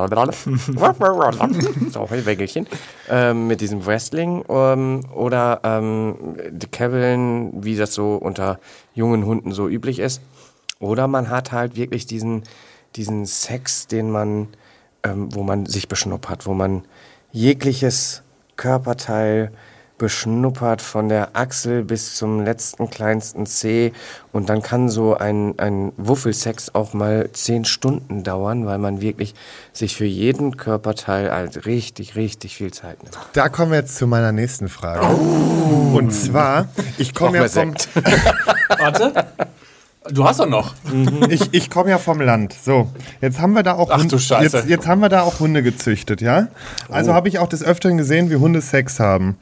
so, Wägelchen, ähm, mit diesem Wrestling ähm, oder ähm, die Kebbeln, wie das so unter jungen Hunden so üblich ist. Oder man hat halt wirklich diesen, diesen Sex, den man, ähm, wo man sich beschnuppert, wo man jegliches Körperteil beschnuppert, von der Achsel bis zum letzten kleinsten Zeh. Und dann kann so ein, ein Wuffelsex auch mal zehn Stunden dauern, weil man wirklich sich für jeden Körperteil halt richtig, richtig viel Zeit nimmt.
Da kommen wir jetzt zu meiner nächsten Frage. Und zwar, ich komme ja vom,
Warte. Du hast doch noch.
ich, ich komme ja vom Land. So, jetzt haben wir da auch
Ach
Hund-
du Scheiße.
Jetzt, jetzt haben wir da auch Hunde gezüchtet, ja? Also habe ich auch des Öfteren gesehen, wie Hunde Sex haben.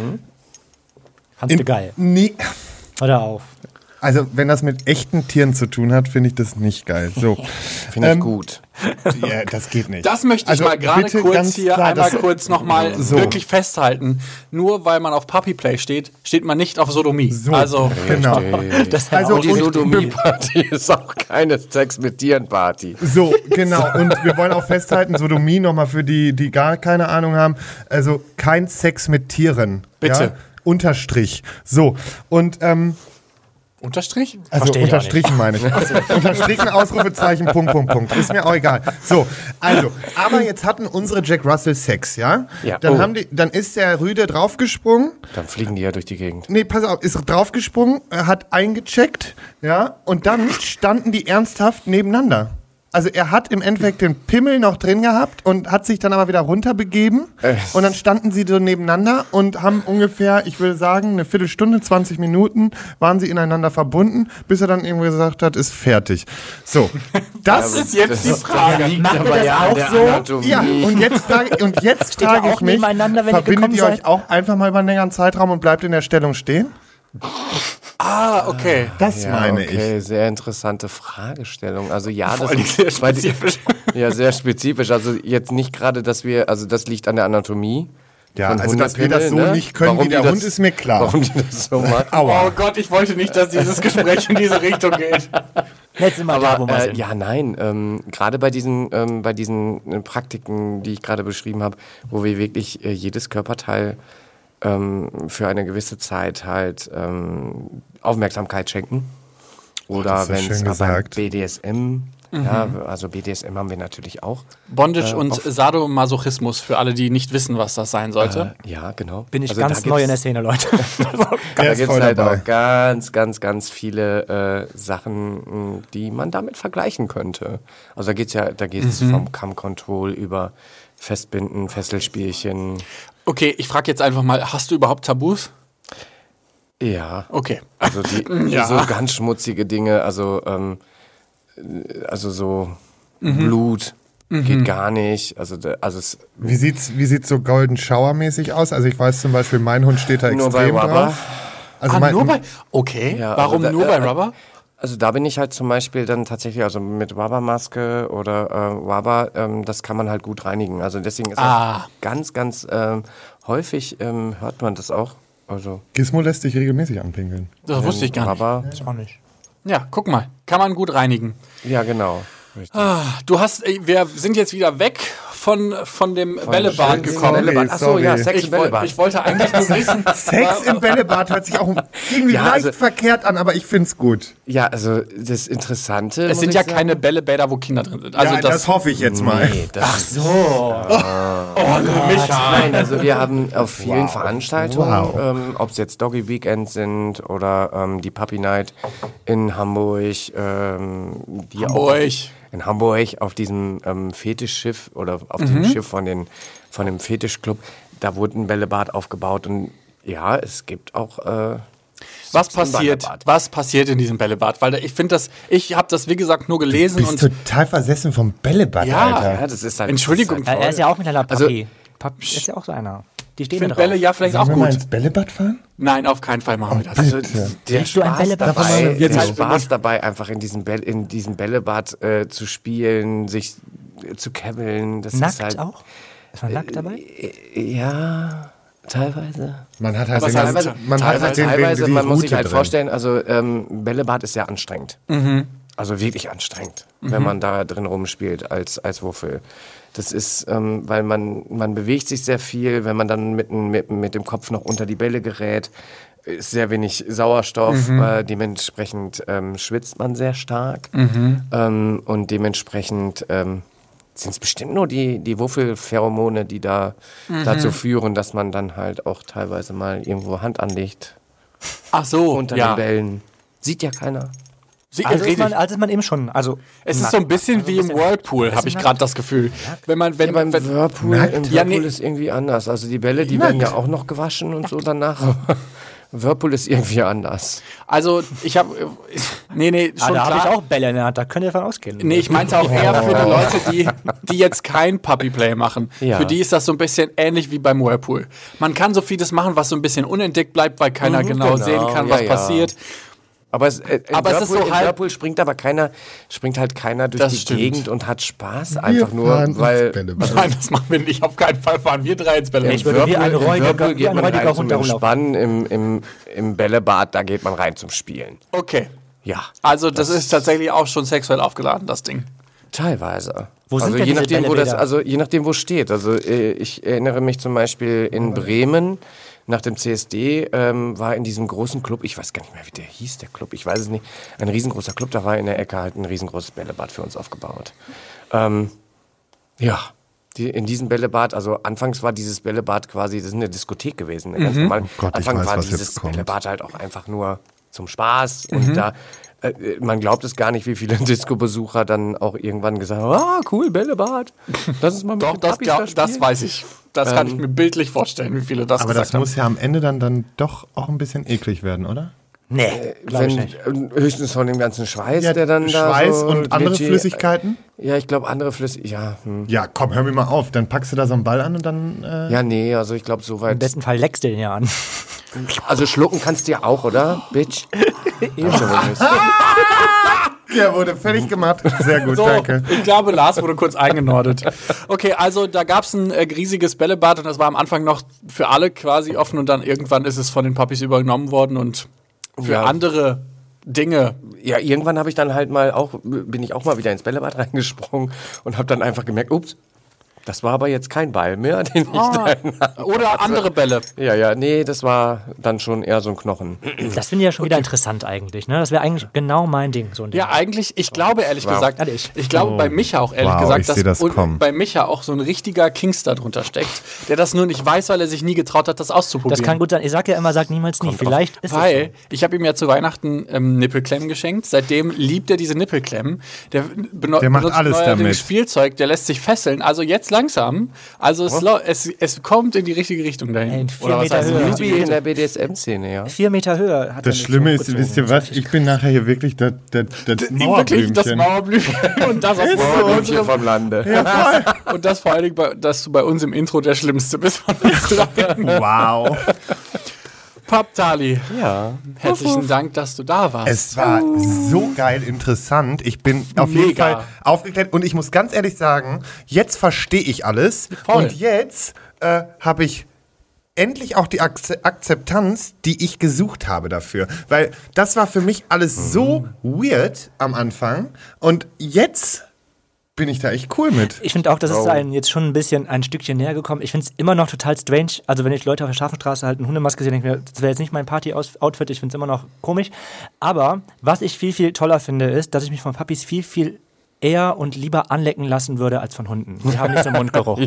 Fandst du geil.
Nee,
Hör auf.
also wenn das mit echten Tieren zu tun hat, finde ich das nicht geil. So,
Finde ich
Ähm,
gut.
ja, das geht nicht.
Das möchte ich
Also
mal gerade
bitte
kurz
ganz
hier
klar,
einmal
das-
kurz nochmal
So.
wirklich festhalten. Nur weil man auf Puppy Play steht, steht man nicht auf Sodomie.
So,
Also
genau.
Das
Also
Die
und-
Sodomie-Party ist auch keine Sex mit Tieren-Party.
So, genau. Und wir wollen auch festhalten, Sodomie nochmal für die, die gar keine Ahnung haben. Also kein Sex mit Tieren.
Bitte.
Ja? Unterstrich. So, und ähm,
Unterstrich?
also
Versteh ich auch
unterstrichen meine ich. Unterstrichen, Ausrufezeichen, Punkt, Punkt, Punkt. Ist mir auch egal. So, also, aber jetzt hatten unsere Jack Russell Sex, ja?
Ja.
Dann,
Oh.
haben die, dann ist der Rüde draufgesprungen.
Dann fliegen die ja durch die Gegend.
Nee, pass auf, ist draufgesprungen, äh, hat eingecheckt, ja, und dann standen die ernsthaft nebeneinander. Also er hat im Endeffekt den Pimmel noch drin gehabt und hat sich dann aber wieder runterbegeben. Und dann standen sie so nebeneinander und haben ungefähr, ich würde sagen, eine Viertelstunde, zwanzig Minuten waren sie ineinander verbunden, bis er dann irgendwie gesagt hat, ist fertig. So, das
Das ist jetzt die Frage.
Macht ihr das auch so?
Anatomie.
ja, und jetzt frage, und jetzt
Steht ihr
frage ich
auch
mich,
nebeneinander, wenn ihr
verbindet
gekommen
ihr euch
seid?
auch einfach mal über einen längeren Zeitraum und bleibt in der Stellung stehen?
Ah, okay.
Das
Ja,
meine
okay, sehr interessante Fragestellung. Also ja, das
Vor allem sehr
weil die-
spezifisch.
Ja, sehr spezifisch. Also jetzt nicht gerade, dass wir, also das liegt an der Anatomie.
Ja,
von
also dass wir das so
Hundepimmel, ne?
nicht können
Warum
wie der
die
Hund,
das-
ist mir klar.
Warum die das so machen.
Oh Gott, ich wollte nicht, dass dieses Gespräch in diese Richtung geht.
Jetzt sind wir da, wo wir
Aber äh,
sind.
ja, nein, ähm, gerade bei diesen, ähm, bei diesen äh, Praktiken, die ich gerade beschrieben habe, wo wir wirklich äh, jedes Körperteil ähm, für eine gewisse Zeit halt ähm, Aufmerksamkeit schenken. Oder
das ist
wenn
schön
es aber
gesagt.
B D S M, ja, also B D S M haben wir natürlich auch.
Bondage
Äh,
und
auf-
Sadomasochismus für alle, die nicht wissen, was das sein sollte.
Äh, ja, genau.
Bin ich
Also
ganz
da
neu in
gibt's-
der Szene, Leute.
Da
Er ist
gibt es
voll
halt
dabei.
auch ganz, ganz, ganz viele äh, Sachen, mh, die man damit vergleichen könnte. Also da geht es ja, da geht es vom Cam Control über Festbinden, Fesselspielchen.
Okay, ich frage jetzt einfach mal, hast du überhaupt Tabus?
Ja.
Okay.
Also die
Ja.
so ganz schmutzige Dinge, also ähm, äh, also so Blut geht gar nicht. Also da, also es
Wie sieht's, wie sieht's so Golden Shower mäßig aus? Also ich weiß zum Beispiel, mein Hund steht da
Nur bei
extrem
Rubber.
drauf. Also
Ah,
mein,
nur bei. Okay.
Ja,
Warum
also da-
nur bei
äh,
Rubber?
Also da bin ich halt zum Beispiel dann tatsächlich, also mit Rubbermaske oder äh, Rubber, ähm, das kann man halt gut reinigen. Also deswegen ist
Ah.
auch ganz, ganz ähm, häufig ähm, hört man das auch. Also
Gizmo lässt sich regelmäßig anpinkeln.
Das wusste ich gar nicht.
Rubber,
Auch nicht.
Ja, guck mal. Kann man gut reinigen.
ja genau. Richtig.
Du hast, ey, wir sind jetzt wieder weg von, von dem Bällebad
Schön-
gekommen.
Bällebad. Ach so,
sorry.
ja, Sex
Ich,
im
woll,
Bällebad.
ich wollte eigentlich nur wissen.
Sex im Bällebad hört sich auch irgendwie
Ja,
leicht
also-
verkehrt an, aber ich find's gut.
Ja, also das Interessante.
Es
muss
sind
ich
ja
sagen-
keine Bällebäder, wo Kinder drin sind. Also
ja,
das,
das, hoffe ich jetzt mal.
Nee, das Ach so.
oh, Micha.
Nein, also wir haben auf vielen Veranstaltungen,
Wow.
ähm, ob es jetzt Doggy Weekends sind oder ähm, die Puppy Night in Hamburg, ähm, die
Hamburg.
auch in Hamburg auf diesem ähm, Fetischschiff oder auf
Mhm.
dem Schiff von, den, von dem Fetischclub, da wurde ein Bällebad aufgebaut und ja, es gibt auch äh,
Was
Sex im
passiert,
Bällebad.
was passiert in diesem Bällebad? Weil ich finde das, ich habe das wie gesagt nur
Du
gelesen
bist
und
total versessen vom Bällebad,
Ja,
Alter.
Ja, das ist halt,
Entschuldigung.
Das ist
Ja, er ist ja auch mit einer
Also-
Papi. Papi ist ja auch so einer. Die
ich
stehen da
finde
drauf.
Bälle ja vielleicht
Sollen
auch
wir mal
gut.
ins Bällebad fahren?
Nein, auf keinen Fall machen wir das.
Also
Bitte.
der
Willst du ein
Spaß
Bällebad?
Davon mal
dabei,
ein Video.
der Spaß dabei, einfach in diesem, Bäll, in diesem Bällebad äh, zu spielen, sich äh, zu käbbeln. Das
Nackt
ist halt,
auch? Ist man nackt dabei?
Äh, ja, teilweise.
Man hat halt,
Aber
den ganzen-
teilweise-
man hat halt
teilweise,
den,
teilweise
den, die
man muss
Route
sich halt
drin.
vorstellen, also ähm, Bällebad ist sehr anstrengend. Also wirklich anstrengend, wenn man da drin rumspielt als, als Wuffel. Das ist, ähm, weil man, man bewegt sich sehr viel, wenn man dann mit, mit, mit dem Kopf noch unter die Bälle gerät, ist sehr wenig Sauerstoff, äh, dementsprechend ähm, schwitzt man sehr stark ähm, und dementsprechend ähm, sind es bestimmt nur die, die Wuffelpheromone, die da dazu führen, dass man dann halt auch teilweise mal irgendwo Hand anlegt
Ach so,
unter
ja.
den Bällen. Sieht ja keiner.
Sie,
Also ist,
rede
man,
ich-
also ist man eben schon. Also
es ist
nackt.
so ein bisschen wie im
bisschen-
Whirlpool, habe ich
bisschen
gerade das Gefühl. Wenn man, wenn,
Ja, beim
wenn,
Whirlpool,
Nackt?
im
Ja,
Whirlpool
nee.
ist irgendwie anders. Also die Bälle, die werden ja auch noch gewaschen und so danach. Whirlpool ist irgendwie anders.
also ich habe, nee, nee,
Ah,
schon
da habe
klar.
ich auch Bälle in der Hand, da könnt ihr davon ausgehen.
Nee, ich meinte auch eher für die Leute, die, die jetzt kein Puppyplay machen.
Ja.
Für die ist das so ein bisschen ähnlich wie beim Whirlpool. Man kann so vieles machen, was so ein bisschen unentdeckt bleibt, weil keiner
Mhm,
genau,
genau.
sehen kann,
Ja,
was
ja.
passiert.
Aber, es, äh, im
Aber es ist
Whirlpool,
so
im
halb-
Whirlpool springt aber keiner, springt halt keiner durch
Das
die
stimmt.
Gegend und hat Spaß. Einfach
Wir
nur,
fahren ins
weil
Bällebad.
Nein, das machen wir nicht. Auf keinen Fall fahren wir drei ins Bälle.
Ich würde wie ein
im
räudiger-
Whirlpool
wie
geht
ein
man
räudiger
rein zum
Hund da rumlaufen.
Entspannen, im, im, im Bällebad, da geht man rein zum Spielen.
Okay.
Ja,
Also das, ist tatsächlich auch schon sexuell aufgeladen, das Ding.
teilweise.
Wo sind
also
denn
je
diese
nachdem, wo das,
Bällebäder?
also je nachdem, wo es steht. Also äh, ich erinnere mich zum Beispiel in Bremen nach dem C S D ähm, war in diesem großen Club, ich weiß gar nicht mehr, wie der hieß, der Club, ich weiß es nicht, ein riesengroßer Club, da war in der Ecke halt ein riesengroßes Bällebad für uns aufgebaut. Ähm, ja, die, in diesem Bällebad, also anfangs war dieses Bällebad quasi, das ist eine Diskothek gewesen. Eine ganz normal.
Oh Gott, ich
Anfangs
weiß,
war
was
dieses
jetzt kommt.
Bällebad halt auch einfach nur zum Spaß und da äh, man glaubt es gar nicht, wie viele Disco-Besucher dann auch irgendwann gesagt haben, ah, cool, Bällebad. Lass uns mal mit
Doch,
den
das,
Pappis
glaub,
da
das
spielen.
weiß ich. Das kann ich mir bildlich vorstellen, wie viele das
Aber
gesagt
das
haben.
muss ja am Ende dann, dann doch auch ein bisschen eklig werden, oder?
Nee, glaube ich
Wenn,
nicht.
äh, höchstens von dem ganzen Schweiß, der dann da
Schweiß
so
und andere
glitschig-
Flüssigkeiten?
Ja, ich glaube andere Flüssigkeiten. Ja, hm.
Ja, komm, hör mir mal auf. Dann packst du da so einen Ball an und dann... Äh,
ja, nee, also ich glaube
Im
soweit.
besten Fall leckst du den ja an.
Also schlucken kannst du ja auch, oder, Bitch? Also, wenn du's-
Der wurde fertig gemacht. Sehr gut,
So,
danke.
ich glaube, Lars wurde kurz eingenordet. Okay, also da gab es ein äh, riesiges Bällebad und das war am Anfang noch für alle quasi offen und dann irgendwann ist es von den Puppies übernommen worden und für
Ja.
andere Dinge.
Ja, irgendwann habe ich dann halt mal auch, bin ich auch mal wieder ins Bällebad reingesprungen und habe dann einfach gemerkt, ups, das war aber jetzt kein Ball mehr, den ich
Ah.
dann
Oder andere Bälle.
Ja, ja, nee, das war dann schon eher so ein Knochen.
Das finde ich ja schon wieder interessant eigentlich. Ne? Das wäre eigentlich genau mein Ding. So ein Ding.
Ja, eigentlich, ich glaube ehrlich
Wow.
gesagt,
Ehrlich.
ich glaube bei Micha auch ehrlich
Wow,
gesagt,
ich seh das
und
kommen.
bei Micha auch so ein richtiger Kingster drunter steckt, der das nur nicht weiß, weil er sich nie getraut hat, das auszuprobieren.
Das kann gut sein. Ich sage ja immer, sag niemals nie. Vielleicht ist es
Weil ich habe ihm ja zu Weihnachten ähm, Nippelklemmen geschenkt. Seitdem liebt er diese Nippelklemmen. Der, beno-
Der macht
benutzt
alles
neuerdings
damit.
Spielzeug, der lässt sich fesseln. Also jetzt langsam. Also es, lau- es, es kommt in die richtige Richtung dahin.
Ey, in vier
Oder was
Meter
heißt
Höhe.
in die
Wie in der B D S M-Szene, ja.
so. Vier Meter Höhe hat er
Das
mich
Schlimme ist,
hochgezogen.
wisst ihr was? Ich bin nachher hier wirklich das, das, das
Wirklich das
Mauerblümchen.
Mauerblümchen. Und das, was
Mauerblümchen vom Lande.
und das vor allen Dingen, bei, dass du bei uns im Intro der Schlimmste bist von uns dreien.
Wow.
Papp-Tali,
Ja.
herzlichen Dank, dass du da warst.
Es war so geil interessant. Ich bin auf jeden
Mega.
Fall aufgeklärt. Und ich muss ganz ehrlich sagen, jetzt verstehe ich alles.
Voll.
Und jetzt äh, habe ich endlich auch die Akze- Akzeptanz, die ich gesucht habe dafür. Weil das war für mich alles so weird am Anfang. Und jetzt bin ich da echt cool mit.
Ich finde auch, das ist
Oh.
ein, jetzt schon ein bisschen ein Stückchen näher gekommen. Ich finde es immer noch total strange. Also, wenn ich Leute auf der Schafenstraße halt eine Hundemaske sehe, denke ich mir, das wäre jetzt nicht mein Party-Outfit. Ich finde es immer noch komisch. Aber was ich viel, viel toller finde, ist, dass ich mich von Puppies viel, viel eher und lieber anlecken lassen würde als von Hunden. Die haben nicht so einen Mundgeruch.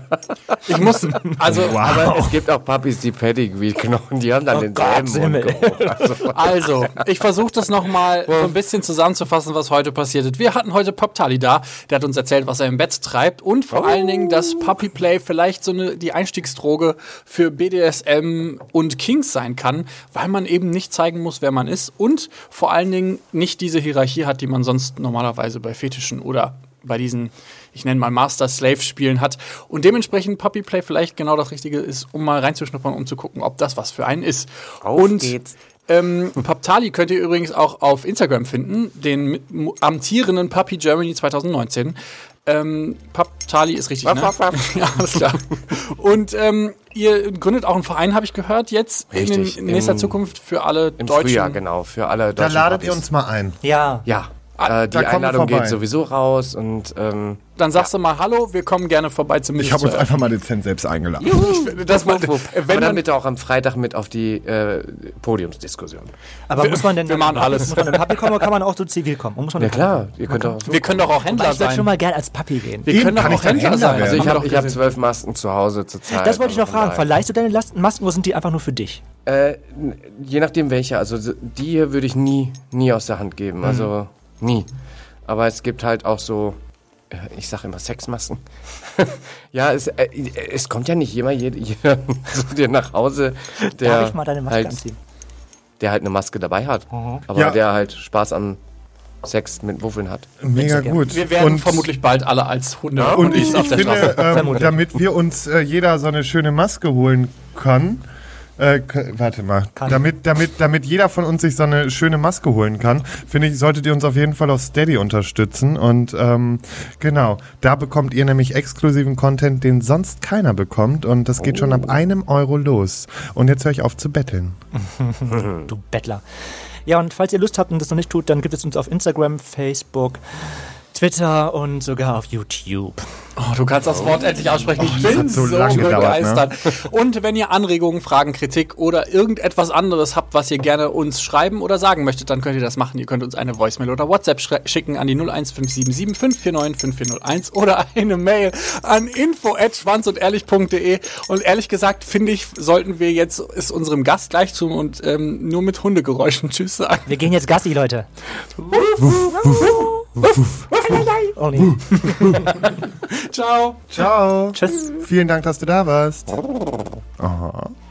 Ich muss, also,
Aber es gibt auch Puppies, die Pedigree-Knochen, die haben dann
Oh
denselben
Gott, Himmel.
Mundgeruch. Also,
Also, ich versuche das nochmal so ein bisschen zusammenzufassen, was heute passiert ist. Wir hatten heute Poptali da, der hat uns erzählt, was er im Bett treibt und vor allen Dingen, dass Puppy Play vielleicht so eine, die Einstiegsdroge für B D S M und Kings sein kann, weil man eben nicht zeigen muss, wer man ist und vor allen Dingen nicht diese Hierarchie hat, die man sonst normalerweise bei Fetischen oder bei diesen, ich nenne mal Master-Slave-Spielen hat. Und dementsprechend Puppy Play vielleicht genau das Richtige ist, um mal reinzuschnuppern, um zu gucken, ob das was für einen ist.
Auf
und
geht's.
Ähm, Poptali könnt ihr übrigens auch auf Instagram finden, den mit, amtierenden Puppy Germany zwanzig neunzehn. Ähm, Poptali ist richtig, ne? Ja, alles klar. Und ähm, ihr gründet auch einen Verein, habe ich gehört, jetzt
Richtig,
in, in nächster
im-
Zukunft für alle
Im
Deutschen.
Frühjahr, genau, für alle
Da
deutschen
ladet
Puppies.
ihr uns mal ein.
Ja.
Ja,
Ah,
äh, die
da kommen wir
Einladung
vorbei.
geht sowieso raus und ähm,
Dann sagst du mal Hallo, wir kommen gerne vorbei zum
Ich habe uns einfach mal dezent selbst eingeladen.
das mal,
aber
wenn
dann
man,
bitte auch am Freitag mit auf die äh, Podiumsdiskussion.
Aber
Wir-
muss man denn
wir machen alles.
Muss man denn Puppy kommen oder kann man auch so zivil kommen? Und muss man
Ja
denn-
klar, ihr könnt auch.
wir können doch auch Händler
Ich würde schon
sein.
mal gern als Puppy gehen.
Wir
Eben,
können doch
kann
auch
ich dann
Händler
Händler
sein.
werden?
Also ich
Haben wir
habe
doch
ich hab
gesehen.
zwölf Masken zu Hause zurzeit.
Das wollte ich noch
Also
fragen.
von
Verleihst du deine Last- Masken oder sind die einfach nur für dich?
daher. Äh, je nachdem welche. Also so- die hier würde ich nie, nie aus der Hand geben. Also nie. Aber es gibt halt auch so, äh, ich sage immer Sexmasken. Ja, es, äh, es kommt ja nicht jemand, jeder, jeder zu dir nach Hause, der
Darf ich mal deine Maske
halt,
anziehen?
der halt eine Maske dabei hat. Aber
Ja.
der halt Spaß am Sex mit Wuffeln hat.
Mega gut.
Wir werden
und,
vermutlich bald alle als Hunde
und ich,
auf
ich
der
finde,
Straße.
ähm,
Vermutlich.
damit wir uns äh, jeder so eine schöne Maske holen kann, äh, k- warte mal,
Kann.
damit, damit, damit jeder von uns sich so eine schöne Maske holen kann, finde ich, solltet ihr uns auf jeden Fall auf Steady unterstützen und ähm, genau, da bekommt ihr nämlich exklusiven Content, den sonst keiner bekommt und das geht schon ab einem Euro los. Und jetzt höre ich auf zu betteln.
Du Bettler. Ja, und falls ihr Lust habt und das noch nicht tut, dann gibt es uns auf Instagram, Facebook, Twitter und sogar auf YouTube.
Oh, du kannst das Wort endlich aussprechen. Ich bin
hat so
so,
lang gedauert,
begeistert. Und wenn ihr Anregungen, Fragen, Kritik oder irgendetwas anderes habt, was ihr gerne uns schreiben oder sagen möchtet, dann könnt ihr das machen. Ihr könnt uns eine Voicemail oder WhatsApp schre- schicken an die null eins fünf sieben sieben fünf vier neun fünf vier null eins oder eine Mail an info at schwanz und ehrlich punkt de. Und ehrlich gesagt, finde ich, sollten wir jetzt es unserem Gast gleich tun und ähm, nur mit Hundegeräuschen Tschüss sagen.
Wir gehen jetzt Gassi, Leute. Oh nee.
Ciao.
Ciao.
Tschüss.
Vielen Dank, dass du da warst. Aha.